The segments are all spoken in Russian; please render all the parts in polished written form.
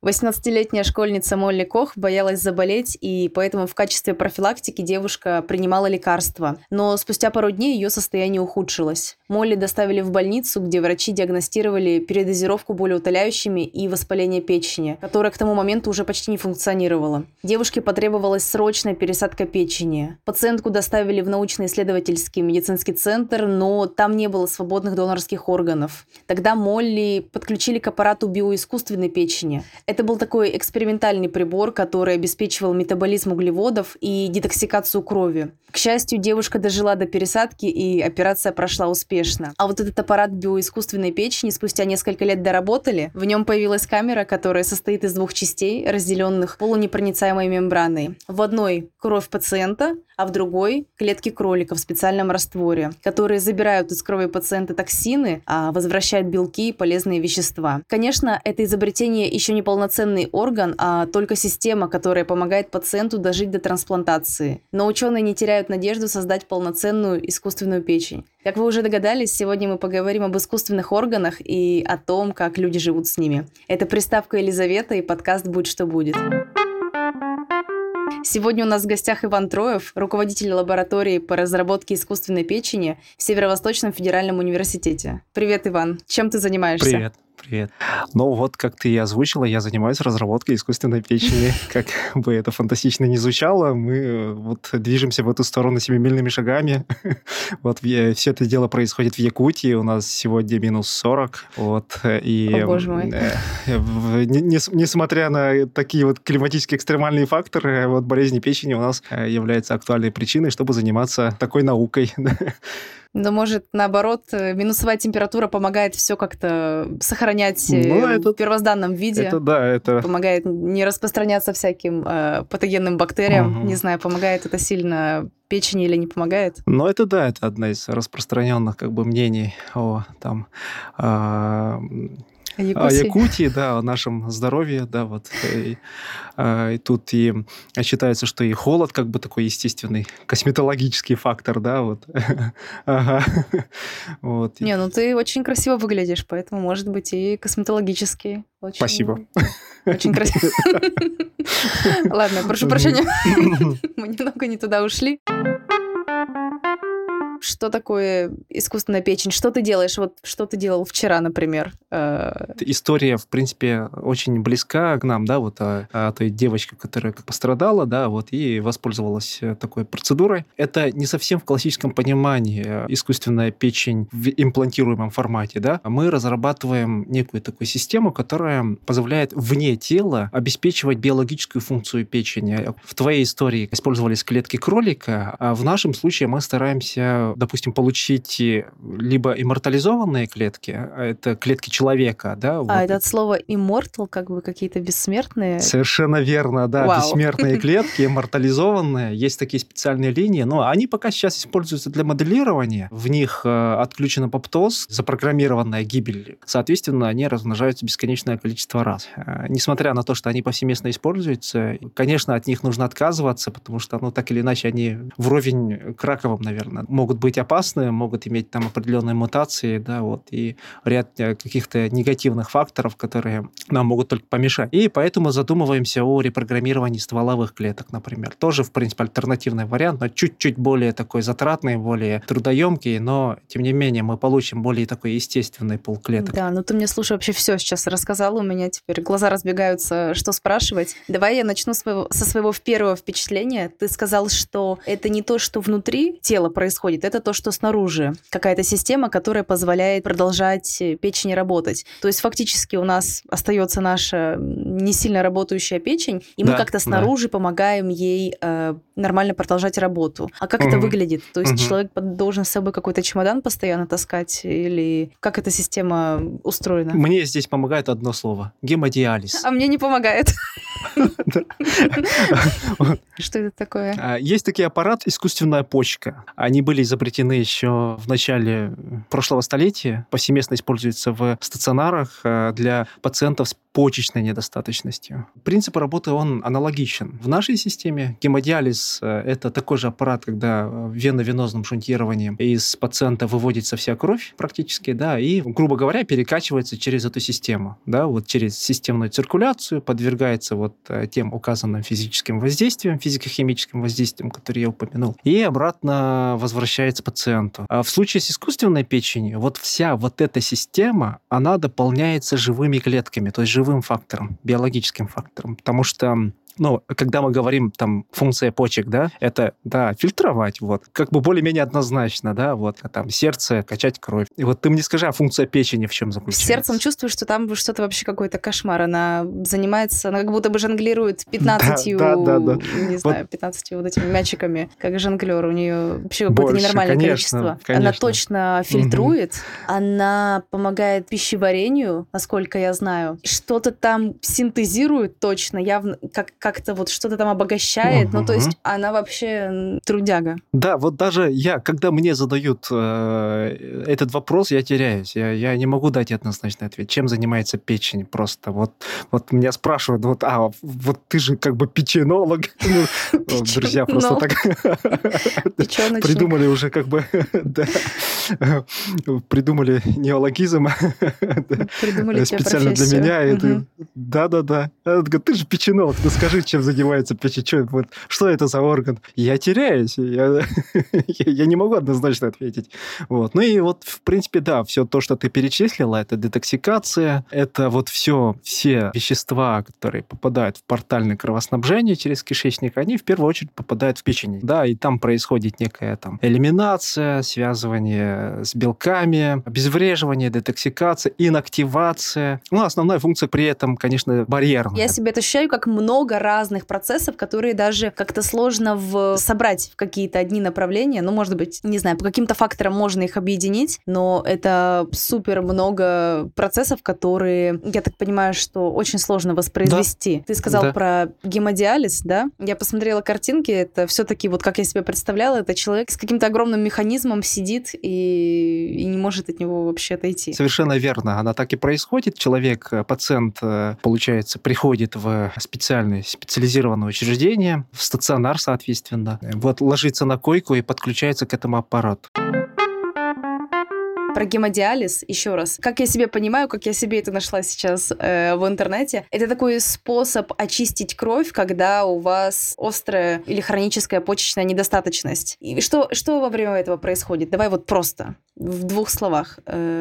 18-летняя школьница Молли Кох боялась заболеть, и поэтому в качестве профилактики девушка принимала лекарства. Но спустя пару дней ее состояние ухудшилось. Молли доставили в больницу, где врачи диагностировали передозировку болеутоляющими и воспаление печени, которое к тому моменту уже почти не функционировало. Девушке потребовалась срочная пересадка печени. Пациентку доставили в научно-исследовательский медицинский центр, но там не было свободных донорских органов. Тогда Молли подключили к аппарату биоискусственной печени. Это был такой экспериментальный прибор, который обеспечивал метаболизм углеводов и детоксикацию крови. К счастью, девушка дожила до пересадки, и операция прошла успешно. А вот этот аппарат биоискусственной печени спустя несколько лет доработали. В нем появилась камера, которая состоит из двух частей, разделенных полунепроницаемой мембраной. В одной – кровь пациента, а в другой – клетки кролика в специальном растворе, которые забирают из крови пациента токсины, а возвращают белки и полезные вещества. Конечно, это изобретение еще не полноценный орган, а только система, которая помогает пациенту дожить до трансплантации. Но ученые не теряют надежду создать полноценную искусственную печень. Как вы уже догадались, сегодня мы поговорим об искусственных органах и о том, как люди живут с ними. Это «Приставка Елизавета» и подкаст «Будь что будет». Сегодня у нас в гостях Иван Троев, руководитель лаборатории по разработке искусственной печени в Северо-Восточном федеральном университете. Привет, Иван. Чем ты занимаешься? Привет. Ну вот, как ты и озвучила, я занимаюсь разработкой искусственной печени. Как бы это фантастично не звучало, мы вот движемся в эту сторону семимильными шагами. Вот все это дело происходит в Якутии, у нас сегодня минус 40. Вот, и, о, боже мой. Несмотря на такие вот климатические экстремальные факторы, вот болезни печени у нас является актуальной причиной, чтобы заниматься такой наукой. Но, может, наоборот, минусовая температура помогает все как-то сохранять в первозданном виде. Это помогает не распространяться всяким патогенным бактериям. Угу. Не знаю, помогает это сильно печени или не помогает. Но это это одна из распространенных мнений о Якутии, да, о нашем здоровье, да, вот. И тут и считается, что и холод такой естественный косметологический фактор, да, вот. Ага. Вот. Не, ну ты очень красиво выглядишь, поэтому, может быть, и косметологический. Спасибо. Очень красиво. Ладно, прошу прощения. Мы немного не туда ушли. Что такое искусственная печень? Что ты делаешь? Вот что ты делал вчера, например? История, в принципе, очень близка к нам, да, вот о той девочке, которая пострадала, да, вот, и воспользовалась такой процедурой. Это не совсем в классическом понимании искусственная печень в имплантируемом формате, да. Мы разрабатываем некую такую систему, которая позволяет вне тела обеспечивать биологическую функцию печени. В твоей истории использовались клетки кролика, а в нашем случае мы стараемся, допустим, получить либо иммортализованные клетки, это клетки человека, да. Вот. Это от слова immortal, какие-то бессмертные? Совершенно верно, да. Вау. Бессмертные клетки, иммортализованные. Есть такие специальные линии, но они пока сейчас используются для моделирования. В них отключен апоптоз, запрограммированная гибель. Соответственно, они размножаются бесконечное количество раз. Несмотря на то, что они повсеместно используются, конечно, от них нужно отказываться, потому что, так или иначе, они вровень к раковым, наверное, могут быть опасны, могут иметь там определенные мутации, да, вот, и ряд каких-то негативных факторов, которые нам могут только помешать. И поэтому задумываемся о репрограммировании стволовых клеток, например. Тоже, в принципе, альтернативный вариант, но чуть-чуть более такой затратный, более трудоемкий, но, тем не менее, мы получим более такой естественный пул клеток. Да, ты мне, слушай, вообще все сейчас рассказала, у меня теперь глаза разбегаются, что спрашивать. Давай я начну со своего первого впечатления. Ты сказал, что это не то, что внутри тела происходит, это то, что снаружи. Какая-то система, которая позволяет продолжать печени работать. То есть фактически у нас остается наша не сильно работающая печень, и мы как-то снаружи помогаем ей нормально продолжать работу. А как это выглядит? То есть человек должен с собой какой-то чемодан постоянно таскать? Или как эта система устроена? Мне здесь помогает одно слово. Гемодиализ. А мне не помогает. Что это такое? Есть такой аппарат «искусственная почка». Они были изобретены еще в начале прошлого столетия. Повсеместно используются в стационарах для пациентов с почечной недостаточностью. Принцип работы, он аналогичен. В нашей системе гемодиализ – это такой же аппарат, когда венно-венозным шунтированием из пациента выводится вся кровь практически, да, и, грубо говоря, перекачивается через эту систему, да, вот через системную циркуляцию, подвергается вот тем указанным физическим воздействиям, физико-химическим воздействиям, которые я упомянул, и обратно возвращается пациенту. А в случае с искусственной печенью вот вся вот эта система, она дополняется живыми клетками, то есть живым фактором, биологическим фактором, потому что когда мы говорим, там, функция почек, да, это, да, фильтровать, вот, как бы более-менее однозначно, да, вот, там, сердце, качать кровь. И вот ты мне скажи, а функция печени в чем заключается? Сердцем чувствуешь, что там что-то вообще какой-то кошмар. Она занимается, она как будто бы жонглирует 15, не знаю, 15 вот этими мячиками, как жонглер. У нее вообще какое-то ненормальное количество. Она точно фильтрует, она помогает пищеварению, насколько я знаю. Что-то там синтезирует точно, явно, как-то вот что-то там обогащает. То есть она вообще трудяга. Да, вот даже я, когда мне задают этот вопрос, я теряюсь. Я не могу дать однозначный ответ. Чем занимается печень? Просто вот меня спрашивают, вот ты же как бы печенолог. Друзья просто так придумали уже как бы, придумали неологизм специально для меня. Да. Ты же печенолог, скажи, чем занимается печень, что это за орган? Я теряюсь, я не могу однозначно ответить. Вот. И вот, в принципе, да, все то, что ты перечислила, это детоксикация, это вот все вещества, которые попадают в портальное кровоснабжение через кишечник, они в первую очередь попадают в печень. Да, и там происходит некая там элиминация, связывание с белками, обезвреживание, детоксикация, инактивация. Основная функция при этом, конечно, барьерная. Я себе это ощущаю как много разных процессов, которые даже как-то сложно собрать в какие-то одни направления. Может быть, не знаю, по каким-то факторам можно их объединить, но это супер много процессов, которые, я так понимаю, что очень сложно воспроизвести. Да. Ты сказал про гемодиализ, да? Я посмотрела картинки, это все-таки, вот как я себе представляла, это человек с каким-то огромным механизмом сидит и не может от него вообще отойти. Совершенно верно. Она так и происходит. Пациент, получается, приходит в специализированное учреждение, в стационар, соответственно, ложится на койку и подключается к этому аппарату. Про гемодиализ, еще раз. Как я себе понимаю, как я себе это нашла сейчас в интернете, это такой способ очистить кровь, когда у вас острая или хроническая почечная недостаточность. И что во время этого происходит? Давай вот просто, в 2 словах.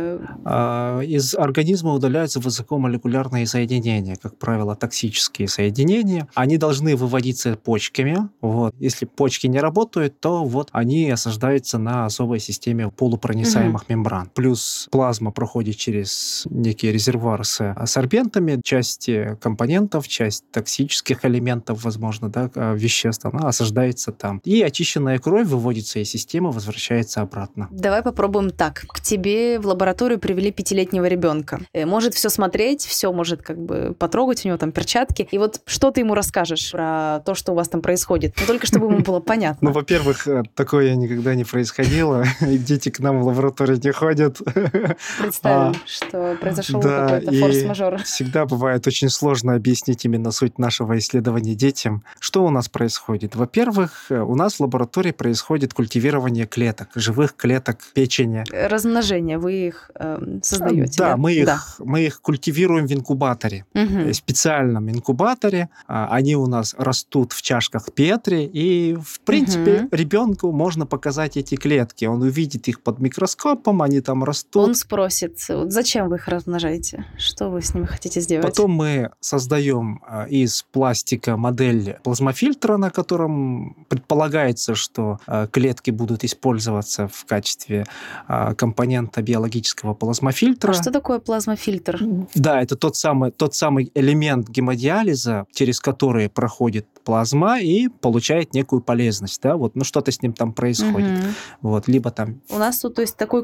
Из организма удаляются высокомолекулярные соединения, как правило, токсические соединения. Они должны выводиться почками. Если почки не работают, то они осаждаются на особой системе полупроницаемых мембран. Плюс плазма проходит через некий резервуар с сорбентами, часть компонентов, часть токсических элементов, возможно, веществ, она осаждается там. И очищенная кровь выводится из системы, возвращается обратно. Давай попробуем так. К тебе в лабораторию привели 5-летнего ребенка. Может все смотреть, все может как бы потрогать, у него там перчатки. И вот что ты ему расскажешь про то, что у вас там происходит? Только чтобы ему было понятно. Во-первых, такое никогда не происходило. И дети к нам в лабораторию не ходят. Представим, что произошел какой-то форс-мажор. Всегда бывает очень сложно объяснить именно суть нашего исследования детям. Что у нас происходит? Во-первых, у нас в лаборатории происходит культивирование клеток, живых клеток печени. Размножение, вы их создаете? Да, мы их культивируем в инкубаторе, специальном инкубаторе. Они у нас растут в чашках Петри, и, в принципе, ребенку можно показать эти клетки. Он увидит их под микроскопом, они там растут. Он спросит, зачем вы их размножаете? Что вы с ними хотите сделать? Потом мы создаем из пластика модель плазмофильтра, на котором предполагается, что клетки будут использоваться в качестве компонента биологического плазмофильтра. А что такое плазмофильтр? Да, это тот самый элемент гемодиализа, через который проходит плазма и получает некую полезность. Да? Что-то с ним там происходит. Либо там... У нас тут, то есть, такой как бы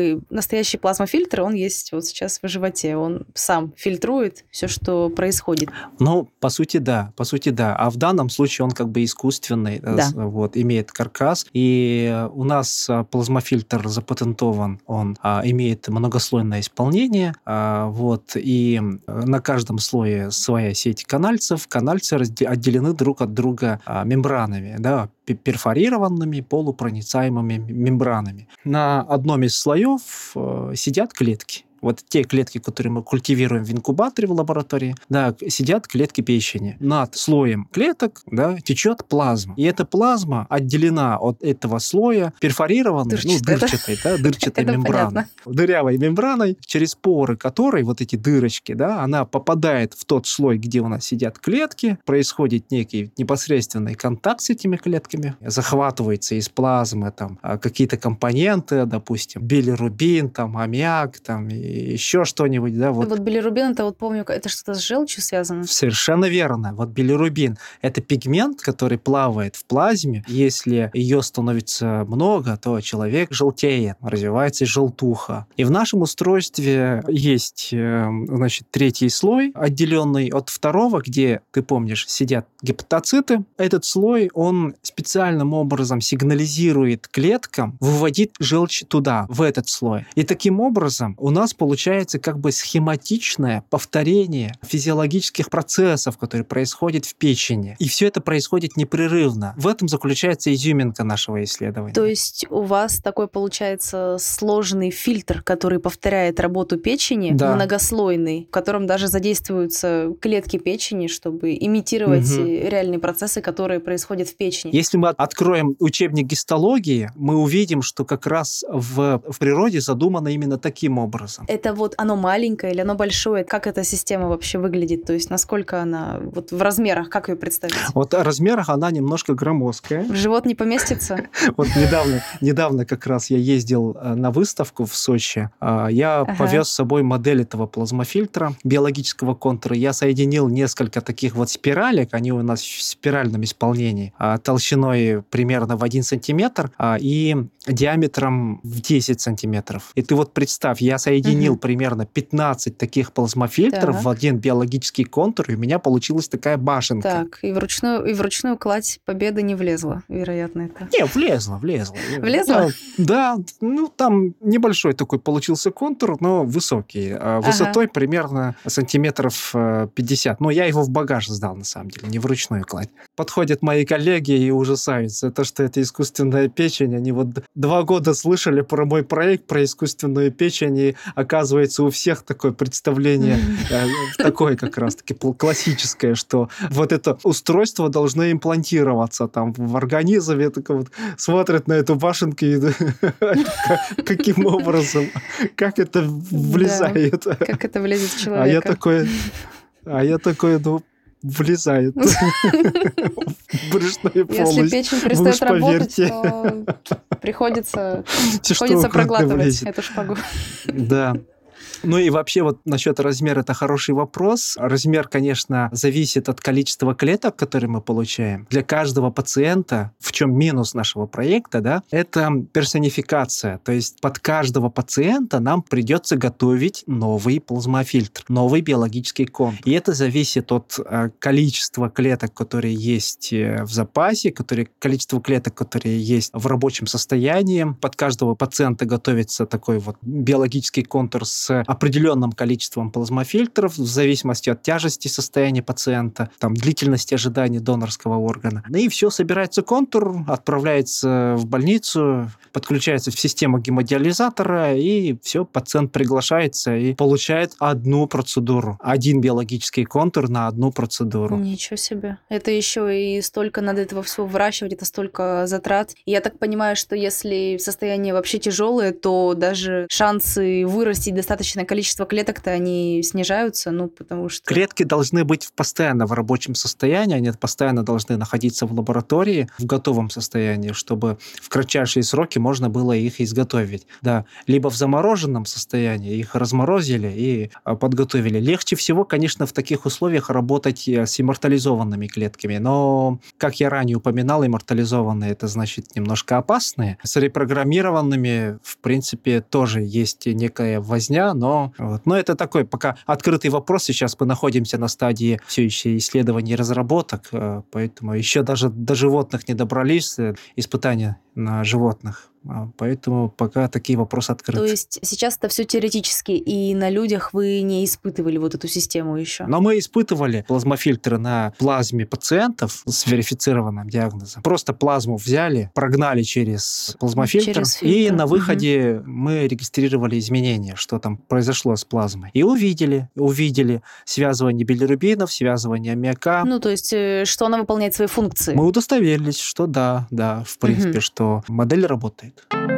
бы настоящий плазмофильтр, он есть вот сейчас в животе. Он сам фильтрует все, что происходит. Ну, по сути, да. А в данном случае он как бы искусственный, Да. вот, имеет каркас. И у нас плазмофильтр запатентован, он имеет многослойное исполнение, вот, и на каждом слое своя сеть канальцев. Канальцы отделены друг от друга мембранами, да, перфорированными полупроницаемыми мембранами. На одном из слоев сидят клетки. Вот те клетки, которые мы культивируем в инкубаторе в лаборатории, да, сидят клетки печени. Над слоем клеток, да, течет плазма. И эта плазма отделена от этого слоя перфорированной, дырчатой мембраной. Дырявой мембраной, через поры которой, вот эти дырочки, да, она попадает в тот слой, где у нас сидят клетки, происходит некий непосредственный контакт с этими клетками, захватывается из плазмы там какие-то компоненты, допустим, билирубин, там, аммиак, там, и еще что-нибудь, да, вот. Вот билирубин, это вот помню, это что-то с желчью связано? Совершенно верно. Вот билирубин – это пигмент, который плавает в плазме. Если ее становится много, то человек желтеет, развивается желтуха. И в нашем устройстве есть, значит, третий слой, отделенный от второго, где, ты помнишь, сидят гепатоциты. Этот слой, он специальным образом сигнализирует клеткам выводить желчь туда, в этот слой. И таким образом у нас получается как бы схематичное повторение физиологических процессов, которые происходят в печени. И все это происходит непрерывно. В этом заключается изюминка нашего исследования. То есть у вас такой получается сложный фильтр, который повторяет работу печени, да, многослойный, в котором даже задействуются клетки печени, чтобы имитировать реальные процессы, которые происходят в печени. Если мы откроем учебник гистологии, мы увидим, что как раз в природе задумано именно таким образом. Это вот оно маленькое или оно большое? Как эта система вообще выглядит? То есть насколько она вот в размерах, как ее представить? Вот о размерах она немножко громоздкая. В живот не поместится? Вот недавно как раз я ездил на выставку в Сочи. Я повез с собой модель этого плазмофильтра биологического контура. Я соединил несколько таких вот спиралек. Они у нас в спиральном исполнении. Толщиной примерно в 1 сантиметр и диаметром в 10 сантиметров. И ты вот представь, я соединил примерно 15 таких плазмофильтров в один биологический контур, и у меня получилась такая башенка. Так, и вручную кладь победы не влезла, вероятно, это. Не, влезла. Влезла? Да, ну там небольшой такой получился контур, но высокий. Высотой примерно сантиметров 50. Но я его в багаж сдал, на самом деле, не вручную кладь. Подходят мои коллеги и ужасаются. Это что, это искусственная печень? Они вот 2 года слышали про мой проект, про искусственную печень, и оказывается, у всех такое представление, такое как раз-таки классическое, что вот это устройство должно имплантироваться там в организме, так вот смотрят на эту башенку и каким образом, как это влезает. Как это влезет в человека. А я такой, ну, влезает в брюшную полость. Если печень перестает работать, то приходится проглатывать эту шпагу. Да. Ну и вообще вот насчет размера это хороший вопрос. Размер, конечно, зависит от количества клеток, которые мы получаем. Для каждого пациента, в чем минус нашего проекта, да, это персонификация. То есть под каждого пациента нам придется готовить новый плазмофильтр, новый биологический контур. И это зависит от количества клеток, которые есть в запасе, количество клеток, которые есть в рабочем состоянии. Под каждого пациента готовится такой вот биологический контур с определенным количеством плазмофильтров в зависимости от тяжести состояния пациента, там, длительности ожидания донорского органа. И все, собирается контур, отправляется в больницу, подключается в систему гемодиализатора, и все, пациент приглашается и получает одну процедуру. Один биологический контур на одну процедуру. Ничего себе. Это еще и столько надо этого всего выращивать, это столько затрат. Я так понимаю, что если состояние вообще тяжелое, то даже шансы вырастить достаточно логично. Количество клеток-то они снижаются, потому что... Клетки должны быть постоянно в рабочем состоянии, они постоянно должны находиться в лаборатории в готовом состоянии, чтобы в кратчайшие сроки можно было их изготовить. Да. Либо в замороженном состоянии их разморозили и подготовили. Легче всего, конечно, в таких условиях работать с иммортализованными клетками, но, как я ранее упоминал, иммортализованные — это значит немножко опасные. С репрограммированными, в принципе, тоже есть некая возня, но это такой пока открытый вопрос. Сейчас мы находимся на стадии все еще исследований и разработок, поэтому еще даже до животных не добрались, испытания на животных. Поэтому пока такие вопросы открыты. То есть сейчас это все теоретически, и на людях вы не испытывали вот эту систему еще? Но мы испытывали плазмофильтры на плазме пациентов с верифицированным диагнозом. Просто плазму взяли, прогнали через плазмофильтр, и на выходе мы регистрировали изменения, что там произошло с плазмой. И увидели связывание билирубинов, связывание аммиака. То есть, что она выполняет свои функции. Мы удостоверились, что да, в принципе, что модель работает.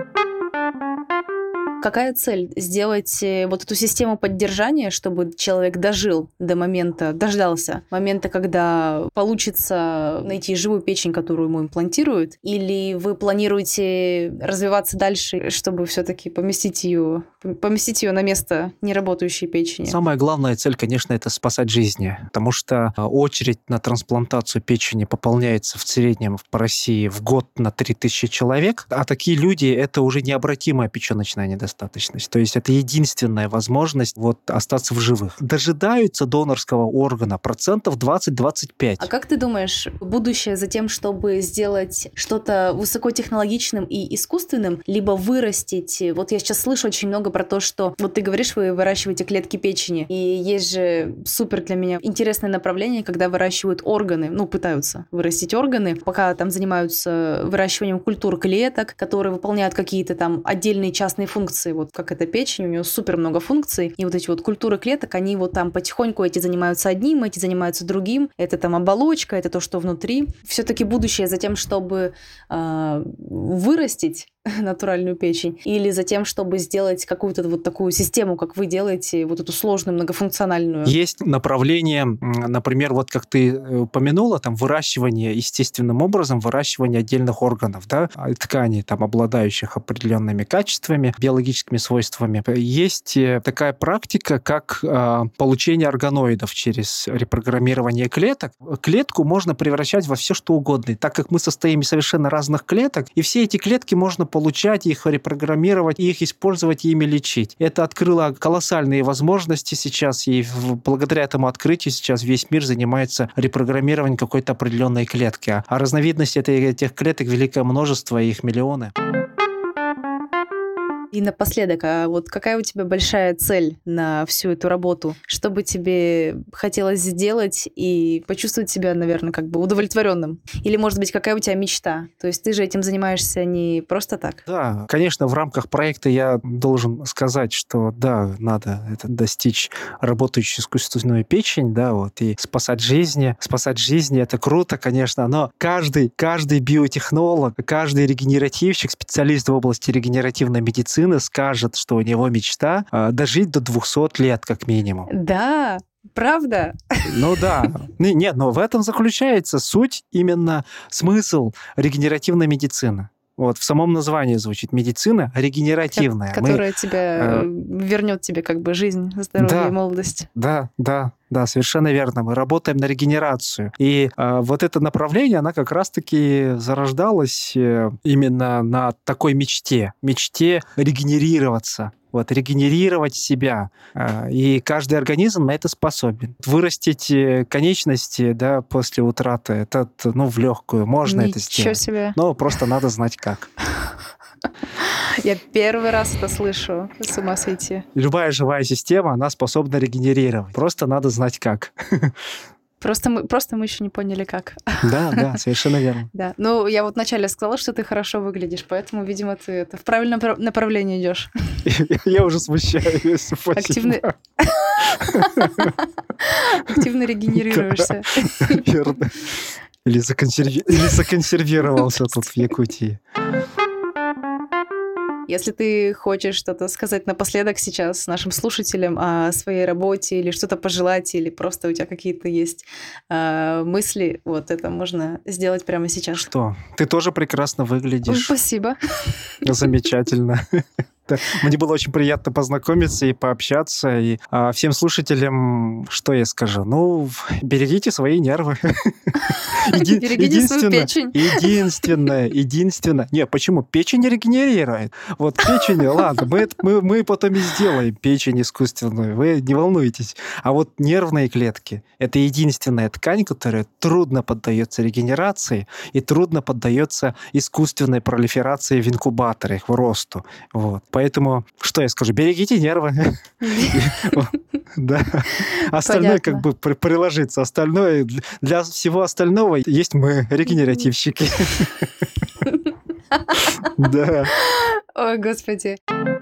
Какая цель? Сделать вот эту систему поддержания, чтобы человек дождался момента, когда получится найти живую печень, которую ему имплантируют? Или вы планируете развиваться дальше, чтобы все-таки поместить ее на место неработающей печени? Самая главная цель, конечно, это спасать жизни, потому что очередь на трансплантацию печени пополняется в среднем по России в год на 3000 человек, а такие люди — это уже необратимая печеночная недостаточность. То есть это единственная возможность остаться в живых. Дожидаются донорского органа 20-25%. А как ты думаешь, будущее за тем, чтобы сделать что-то высокотехнологичным и искусственным, либо вырастить? Вот я сейчас слышу очень много про то, что ты говоришь, вы выращиваете клетки печени, и есть же супер для меня интересное направление, когда выращивают органы, пытаются вырастить органы, пока там занимаются выращиванием культур клеток, которые выполняют какие-то там отдельные частные функции, как эта печень, у нее супер много функций, и эти культуры клеток, они там потихоньку эти занимаются одним, эти занимаются другим, это там оболочка, это то, что внутри. Все-таки будущее за тем, чтобы вырастить натуральную печень, или за тем, чтобы сделать какую-то такую систему, как вы делаете, эту сложную, многофункциональную? Есть направление, например, как ты упомянула, там выращивание естественным образом, выращивание отдельных органов, тканей, обладающих определенными качествами, биологическими свойствами. Есть такая практика, как получение органоидов через репрограммирование клеток. Клетку можно превращать во все, что угодно. И так как мы состоим из совершенно разных клеток, и все эти клетки можно получать, их репрограммировать, и их использовать, и ими лечить. Это открыло колоссальные возможности сейчас, и благодаря этому открытию сейчас весь мир занимается репрограммированием какой-то определенной клетки. А разновидностей этих клеток великое множество, их миллионы. И напоследок, какая у тебя большая цель на всю эту работу? Что бы тебе хотелось сделать и почувствовать себя, наверное, удовлетворенным? Или, может быть, какая у тебя мечта? То есть ты же этим занимаешься не просто так? Да, конечно, в рамках проекта я должен сказать, что надо достичь работающую искусственную печень, и спасать жизни. Спасать жизни — это круто, конечно, но каждый биотехнолог, каждый регенеративщик, специалист в области регенеративной медицины скажет, что у него мечта дожить до 200 лет как минимум. Да, правда? Нет, но в этом заключается суть, именно смысл регенеративной медицины. В самом названии звучит медицина регенеративная. Которая вернет тебе жизнь, здоровье и молодость. Да, совершенно верно. Мы работаем на регенерацию. И это направление, оно как раз-таки зарождалось именно на такой мечте регенерироваться. Регенерировать себя. И каждый организм на это способен. Вырастить конечности, после утраты, это в легкую. Можно это сделать. Ничего себе. Но просто надо знать как. Я первый раз это слышу. С ума сойти. Любая живая система, она способна регенерировать. Просто надо знать как. Просто мы еще не поняли, как. Да, совершенно верно. Да. Я вначале сказала, что ты хорошо выглядишь, поэтому, видимо, ты в правильном направлении идешь. Я уже смущаюсь. Активно регенерируешься. Верно. Или законсервировался тут в Якутии. Если ты хочешь что-то сказать напоследок сейчас нашим слушателям о своей работе или что-то пожелать, или просто у тебя какие-то есть мысли, вот это можно сделать прямо сейчас. Что? Ты тоже прекрасно выглядишь. Спасибо. Замечательно. Мне было очень приятно познакомиться и пообщаться. И всем слушателям, что я скажу? Ну, берегите свои нервы. Берегите свою печень. Единственное. Не, почему? Печень регенерирует. Вот печень, ладно, мы потом и сделаем печень искусственную. Вы не волнуйтесь. А вот нервные клетки — это единственная ткань, которая трудно поддается регенерации и трудно поддается искусственной пролиферации в инкубаторе, их росту. Вот. Поэтому, что я скажу? Берегите нервы. Да. Остальное как бы приложится. Остальное, для всего остального есть мы, регенеративщики. Да. Ой, господи.